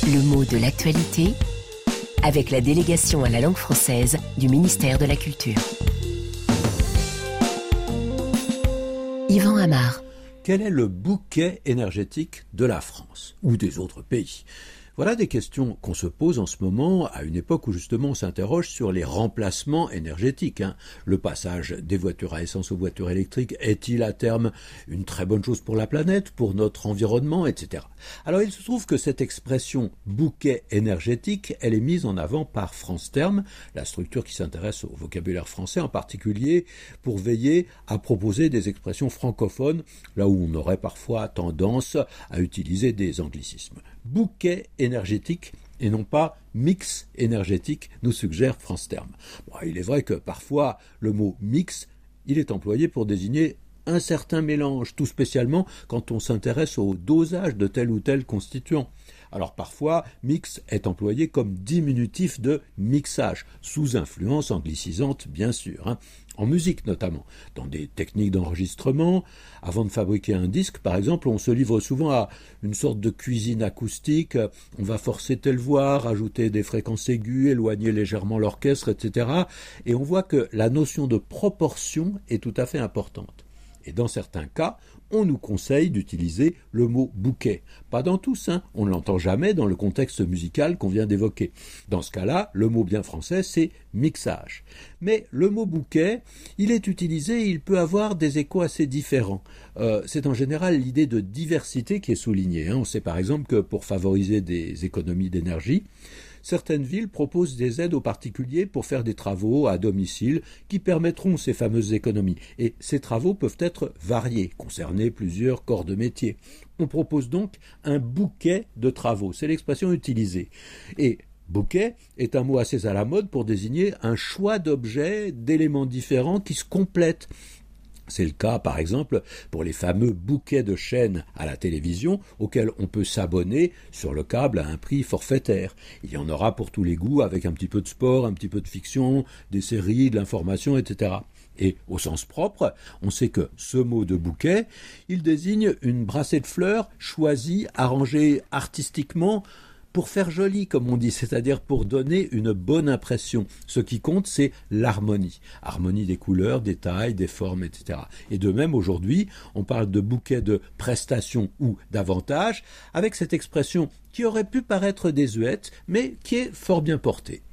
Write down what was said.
Le mot de l'actualité avec la délégation à la langue française du ministère de la Culture. Yvan Amar. Quel est le bouquet énergétique de la France ou des autres pays ? Voilà des questions qu'on se pose en ce moment, à une époque où justement on s'interroge sur les remplacements énergétiques. Le passage des voitures à essence aux voitures électriques est-il à terme une très bonne chose pour la planète, pour notre environnement, etc. Alors il se trouve que cette expression bouquet énergétique, elle est mise en avant par France Terme, la structure qui s'intéresse au vocabulaire français en particulier, pour veiller à proposer des expressions francophones, là où on aurait parfois tendance à utiliser des anglicismes. Bouquet énergétique et non pas mix énergétique, nous suggère France Terme. Bon, il est vrai que parfois le mot mix, il est employé pour désigner un certain mélange, tout spécialement quand on s'intéresse au dosage de tel ou tel constituant. Alors parfois, mix est employé comme diminutif de mixage, sous influence anglicisante bien sûr, en musique notamment, dans des techniques d'enregistrement. Avant de fabriquer un disque, par exemple, on se livre souvent à une sorte de cuisine acoustique, on va forcer telle voix, rajouter des fréquences aiguës, éloigner légèrement l'orchestre, etc. Et on voit que la notion de proportion est tout à fait importante. Et dans certains cas, on nous conseille d'utiliser le mot bouquet. Pas dans tous, on ne l'entend jamais dans le contexte musical qu'on vient d'évoquer. Dans ce cas-là, le mot bien français, c'est mixage. Mais le mot bouquet, il est utilisé, il peut avoir des échos assez différents. C'est en général l'idée de diversité qui est soulignée. On sait par exemple que pour favoriser des économies d'énergie, certaines villes proposent des aides aux particuliers pour faire des travaux à domicile qui permettront ces fameuses économies. Et ces travaux peuvent être variés, concerner plusieurs corps de métier. On propose donc un bouquet de travaux, c'est l'expression utilisée. Et bouquet est un mot assez à la mode pour désigner un choix d'objets, d'éléments différents qui se complètent. C'est le cas, par exemple, pour les fameux bouquets de chaînes à la télévision auxquels on peut s'abonner sur le câble à un prix forfaitaire. Il y en aura pour tous les goûts, avec un petit peu de sport, un petit peu de fiction, des séries, de l'information, etc. Et au sens propre, on sait que ce mot de bouquet, il désigne une brassée de fleurs choisie, arrangée artistiquement, pour faire joli, comme on dit, c'est-à-dire pour donner une bonne impression. Ce qui compte, c'est l'harmonie. Harmonie des couleurs, des tailles, des formes, etc. Et de même, aujourd'hui, on parle de bouquet de prestations ou d'avantages, avec cette expression qui aurait pu paraître désuète, mais qui est fort bien portée.